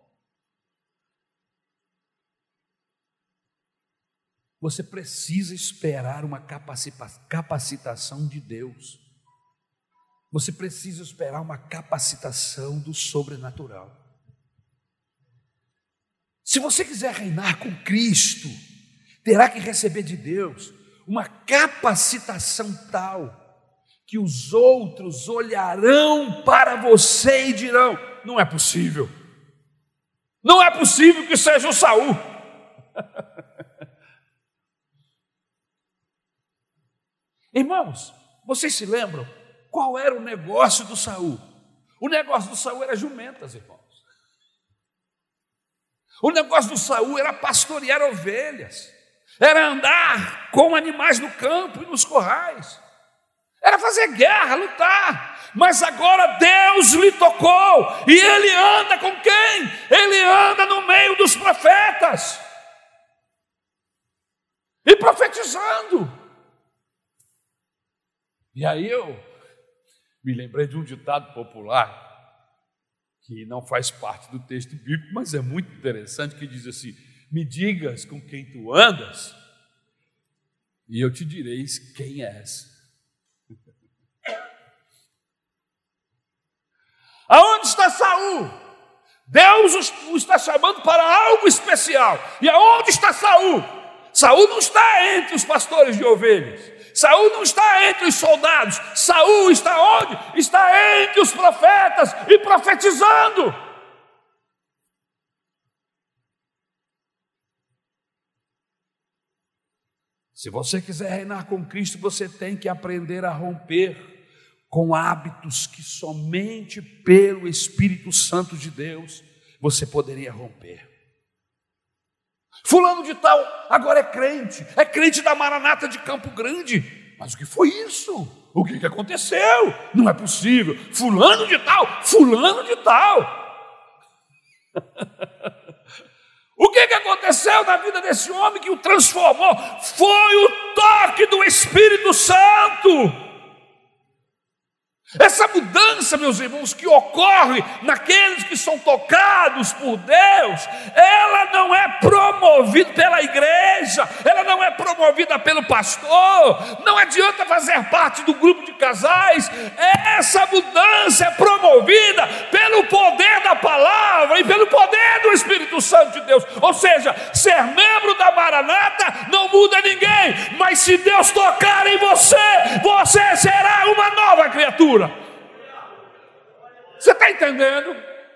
Speaker 1: você precisa esperar uma capacitação de Deus. Você precisa esperar uma capacitação do sobrenatural. Se você quiser reinar com Cristo, terá que receber de Deus uma capacitação tal que os outros olharão para você e dirão: não é possível. Não é possível que seja o Saul. Irmãos, vocês se lembram qual era o negócio do Saul? O negócio do Saul era jumentas, irmãos. O negócio do Saul era pastorear ovelhas, era andar com animais no campo e nos currais, era fazer guerra, lutar. Mas agora Deus lhe tocou e ele anda com quem? Ele anda no meio dos profetas e profetizando. E aí eu me lembrei de um ditado popular que não faz parte do texto bíblico, mas é muito interessante, que diz assim: me digas com quem tu andas e eu te direi quem és. Aonde está Saul? Deus o está chamando para algo especial. E aonde está Saul? Saul não está entre os pastores de ovelhas. Saul não está entre os soldados. Saul está onde? Está entre os profetas e profetizando. Se você quiser reinar com Cristo, você tem que aprender a romper com hábitos que somente pelo Espírito Santo de Deus você poderia romper. Fulano de tal agora é crente da Maranata de Campo Grande. Mas o que foi isso? O que aconteceu? Não é possível. Fulano de tal. O que aconteceu na vida desse homem que o transformou? Foi o toque do Espírito Santo. Essa mudança, meus irmãos, que ocorre naqueles que são tocados por Deus, ela não é promovida pela igreja, ela não é promovida pelo pastor, não adianta fazer parte do grupo de casais. Essa mudança é promovida pelo poder da palavra e pelo poder do Espírito Santo de Deus. Ou seja, ser membro da Maranata não muda ninguém, mas se Deus tocar em você, você será uma nova criatura. Você está entendendo?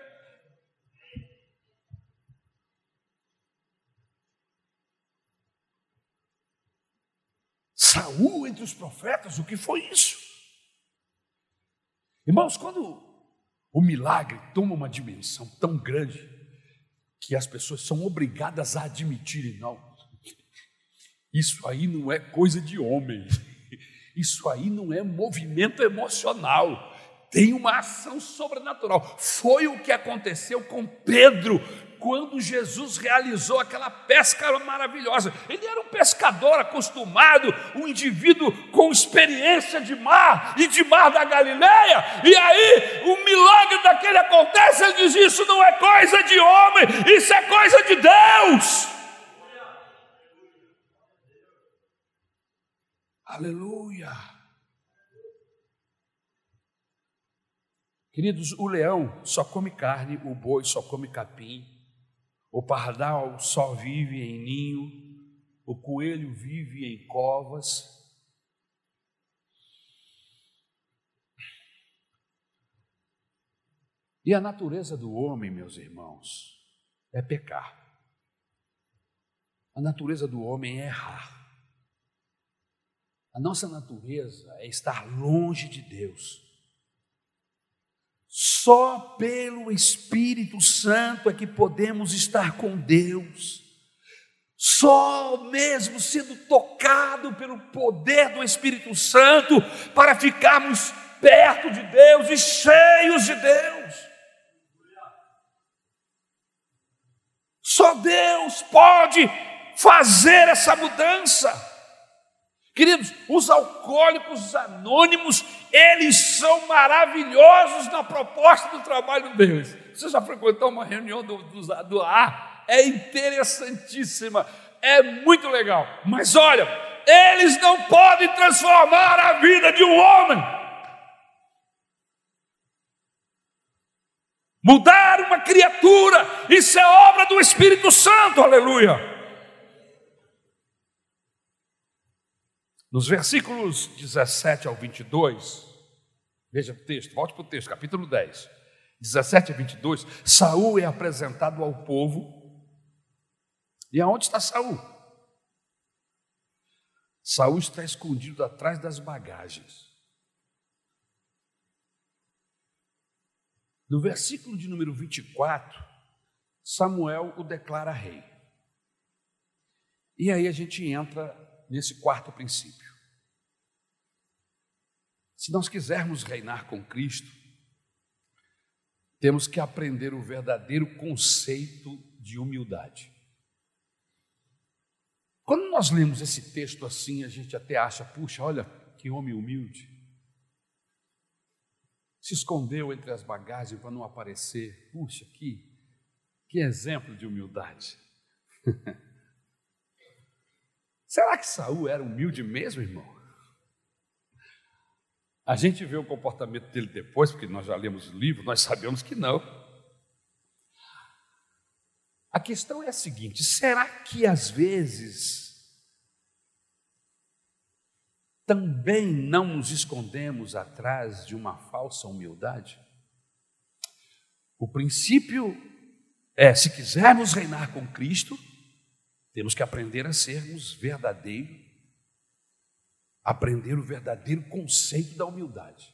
Speaker 1: Saul entre os profetas, o que foi isso? Irmãos, quando o milagre toma uma dimensão tão grande que as pessoas são obrigadas a admitirem: não, isso aí não é coisa de homem, isso aí não é movimento emocional, tem uma ação sobrenatural. Foi o que aconteceu com Pedro quando Jesus realizou aquela pesca maravilhosa. Ele era um pescador acostumado, um indivíduo com experiência de mar e de mar da Galileia. E aí o milagre daquele acontece, ele diz: isso não é coisa de homem, isso é coisa de Deus. Aleluia. Queridos, o leão só come carne, o boi só come capim, o pardal só vive em ninho, o coelho vive em covas. E a natureza do homem, meus irmãos, é pecar. A natureza do homem é errar. A nossa natureza é estar longe de Deus. Só pelo Espírito Santo é que podemos estar com Deus. Só mesmo sendo tocado pelo poder do Espírito Santo para ficarmos perto de Deus e cheios de Deus. Só Deus pode fazer essa mudança. Queridos, os alcoólicos anônimos, eles são maravilhosos na proposta do trabalho deles. Você já frequentou uma reunião do AA? É interessantíssima, é muito legal. Mas olha, eles não podem transformar a vida de um homem. Mudar uma criatura, isso é obra do Espírito Santo, aleluia. Nos versículos 17 ao 22, veja o texto, volte para o texto, capítulo 10, 17 a 22, Saul é apresentado ao povo. E aonde está Saul? Saul está escondido atrás das bagagens. No versículo de número 24, Samuel o declara rei. E aí a gente entra nesse quarto princípio. Se nós quisermos reinar com Cristo, temos que aprender o verdadeiro conceito de humildade. Quando nós lemos esse texto assim, a gente até acha, puxa, olha que homem humilde. Se escondeu entre as bagagens para não aparecer. Puxa, que exemplo de humildade. Será que Saul era humilde mesmo, irmão? A gente vê o comportamento dele depois, porque nós já lemos o livro, nós sabemos que não. A questão é a seguinte: será que às vezes também não nos escondemos atrás de uma falsa humildade? O princípio é, se quisermos reinar com Cristo, temos que aprender a sermos verdadeiros, aprender o verdadeiro conceito da humildade.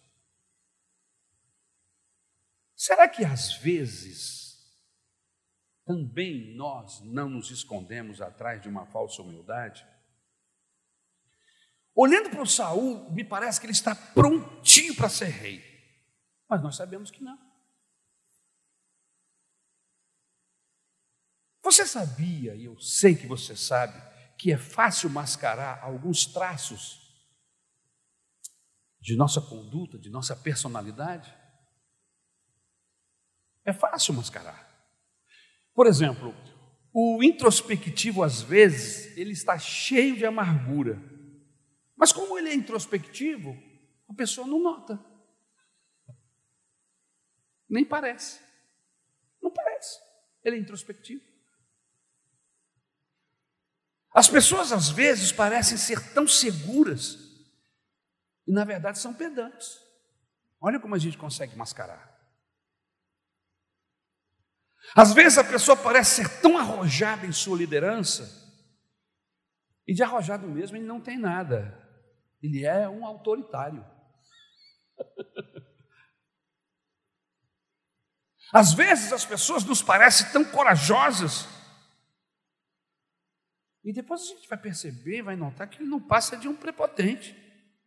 Speaker 1: Será que às vezes também nós não nos escondemos atrás de uma falsa humildade? Olhando para o Saul, me parece que ele está prontinho para ser rei, mas nós sabemos que não. Você sabia, e eu sei que você sabe, que é fácil mascarar alguns traços de nossa conduta, de nossa personalidade? É fácil mascarar. Por exemplo, o introspectivo, às vezes, ele está cheio de amargura. Mas como ele é introspectivo, a pessoa não nota. Nem parece. Não parece. Ele é introspectivo. As pessoas às vezes parecem ser tão seguras e na verdade são pedantes. Olha como a gente consegue mascarar. Às vezes a pessoa parece ser tão arrojada em sua liderança e de arrojado mesmo ele não tem nada. Ele é um autoritário. Às vezes as pessoas nos parecem tão corajosas e depois a gente vai perceber, vai notar que ele não passa de um prepotente.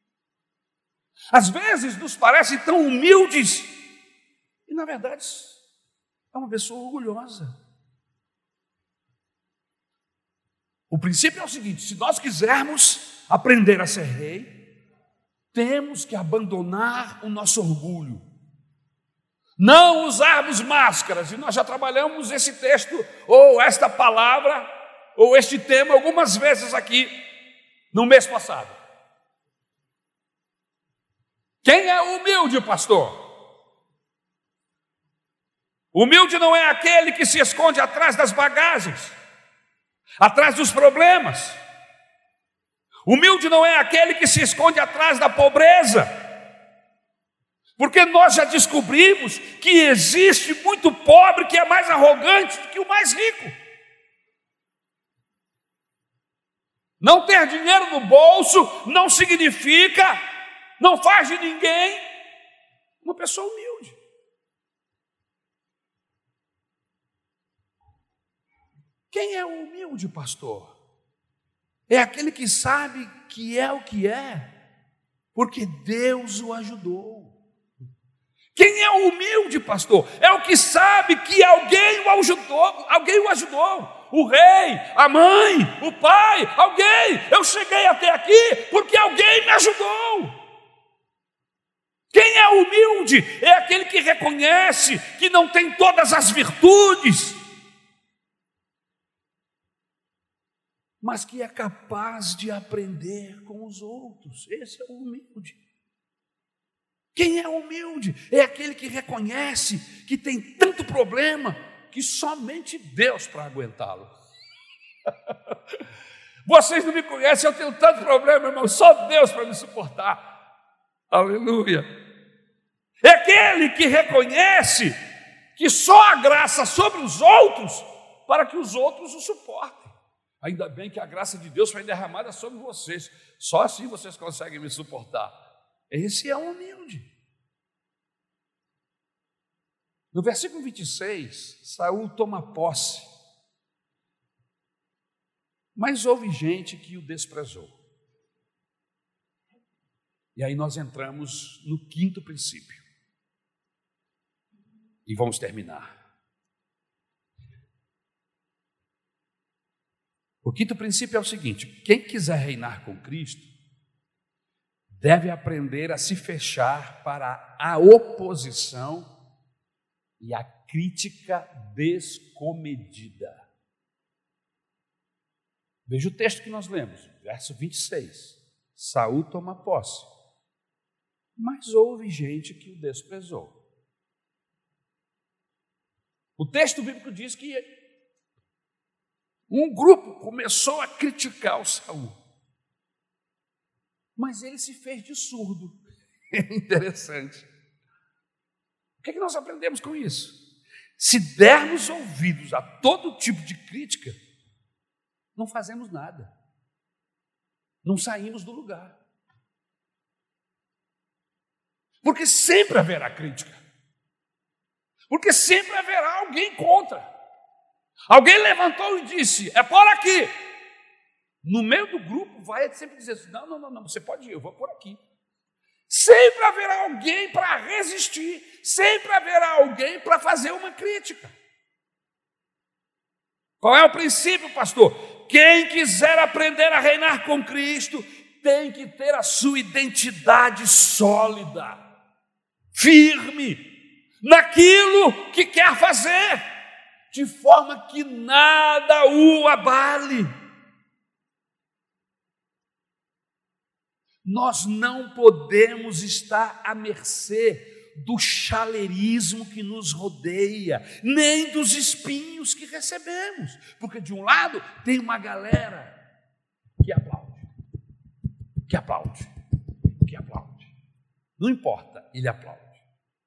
Speaker 1: Às vezes nos parecem tão humildes e na verdade é uma pessoa orgulhosa. O princípio é o seguinte: se nós quisermos aprender a ser rei, temos que abandonar o nosso orgulho, não usarmos máscaras. E nós já trabalhamos esse texto, ou esta palavra, ou este tema algumas vezes aqui no mês passado. Quem é humilde, pastor? Humilde não é aquele que se esconde atrás das bagagens, atrás dos problemas. Humilde não é aquele que se esconde atrás da pobreza, porque nós já descobrimos que existe muito pobre que é mais arrogante do que o mais rico. Não ter dinheiro no bolso não significa, não faz de ninguém uma pessoa humilde. Quem é o humilde, pastor? É aquele que sabe que é o que é, porque Deus o ajudou. Quem é o humilde, pastor? É o que sabe que alguém o ajudou. O rei, a mãe, o pai, alguém. Eu cheguei até aqui porque alguém me ajudou. Quem é humilde? É aquele que reconhece que não tem todas as virtudes, mas que é capaz de aprender com os outros. Esse é o humilde. Quem é humilde? É aquele que reconhece que tem tanto problema que somente Deus para aguentá-lo. Vocês não me conhecem, eu tenho tanto problema, irmão, só Deus para me suportar. Aleluia. É aquele que reconhece que só a graça sobre os outros para que os outros o suportem. Ainda bem que a graça de Deus foi derramada sobre vocês. Só assim vocês conseguem me suportar. Esse é o humilde. No versículo 26, Saul toma posse. Mas houve gente que o desprezou. E aí nós entramos no quinto princípio. E vamos terminar. O quinto princípio é o seguinte: quem quiser reinar com Cristo deve aprender a se fechar para a oposição e a crítica descomedida. Veja o texto que nós lemos, verso 26. Saul toma posse, mas houve gente que o desprezou. O texto bíblico diz que um grupo começou a criticar o Saul, mas ele se fez de surdo. É interessante. O que é que nós aprendemos com isso? Se dermos ouvidos a todo tipo de crítica, não fazemos nada, não saímos do lugar, porque sempre haverá crítica, porque sempre haverá alguém contra. Alguém levantou e disse: é por aqui. No meio do grupo vai sempre dizer assim: não, você pode ir, eu vou por aqui. Sempre haverá alguém para resistir, sempre haverá alguém para fazer uma crítica. Qual é o princípio, pastor? Quem quiser aprender a reinar com Cristo tem que ter a sua identidade sólida, firme, naquilo que quer fazer, de forma que nada o abale. Nós não podemos estar à mercê do chaleirismo que nos rodeia, nem dos espinhos que recebemos, porque de um lado tem uma galera que aplaude, não importa, ele aplaude.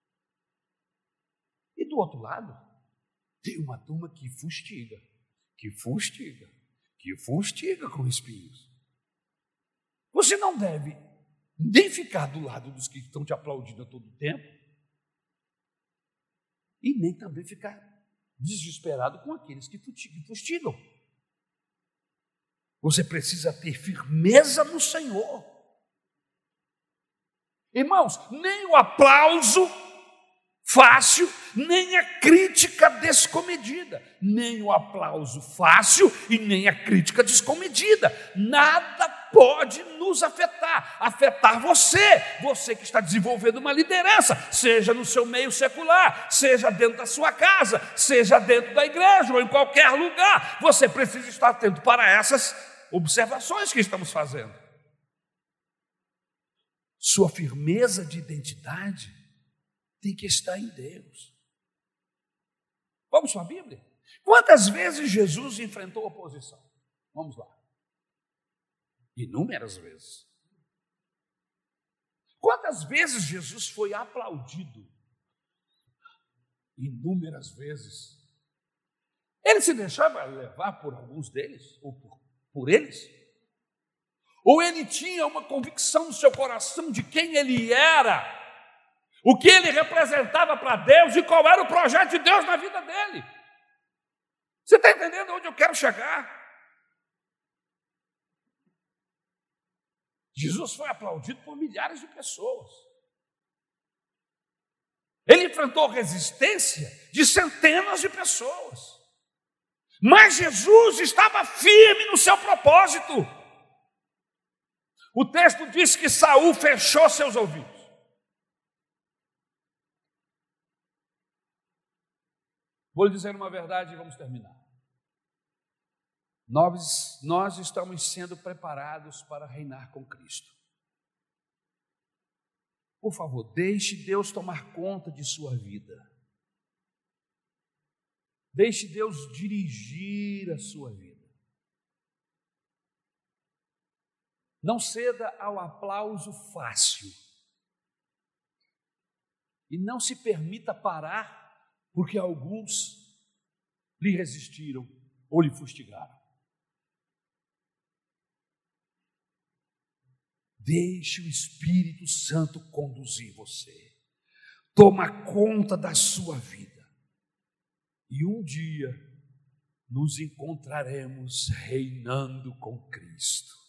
Speaker 1: E do outro lado tem uma turma que fustiga com espinhos. Você não deve nem ficar do lado dos que estão te aplaudindo a todo tempo e nem também ficar desesperado com aqueles que fustigam. Você precisa ter firmeza no Senhor. Irmãos, nem o aplauso fácil, nem a crítica descomedida, nem o aplauso fácil e nem a crítica descomedida. Nada pode nos afetar você que está desenvolvendo uma liderança, seja no seu meio secular, seja dentro da sua casa, seja dentro da igreja ou em qualquer lugar. Você precisa estar atento para essas observações que estamos fazendo. Sua firmeza de identidade tem que estar em Deus. Vamos para a Bíblia? Quantas vezes Jesus enfrentou oposição? Vamos lá. Inúmeras vezes. Quantas vezes Jesus foi aplaudido? Inúmeras vezes. Ele se deixava levar por alguns deles, ou por eles? Ou ele tinha uma convicção no seu coração de quem ele era, o que ele representava para Deus e qual era o projeto de Deus na vida dele? Você está entendendo onde eu quero chegar? Jesus foi aplaudido por milhares de pessoas. Ele enfrentou resistência de centenas de pessoas. Mas Jesus estava firme no seu propósito. O texto diz que Saul fechou seus ouvidos. Vou lhe dizer uma verdade e vamos terminar. Nós estamos sendo preparados para reinar com Cristo. Por favor, deixe Deus tomar conta de sua vida. Deixe Deus dirigir a sua vida. Não ceda ao aplauso fácil. E não se permita parar porque alguns lhe resistiram ou lhe fustigaram. Deixe o Espírito Santo conduzir você. Toma conta da sua vida. E um dia nos encontraremos reinando com Cristo.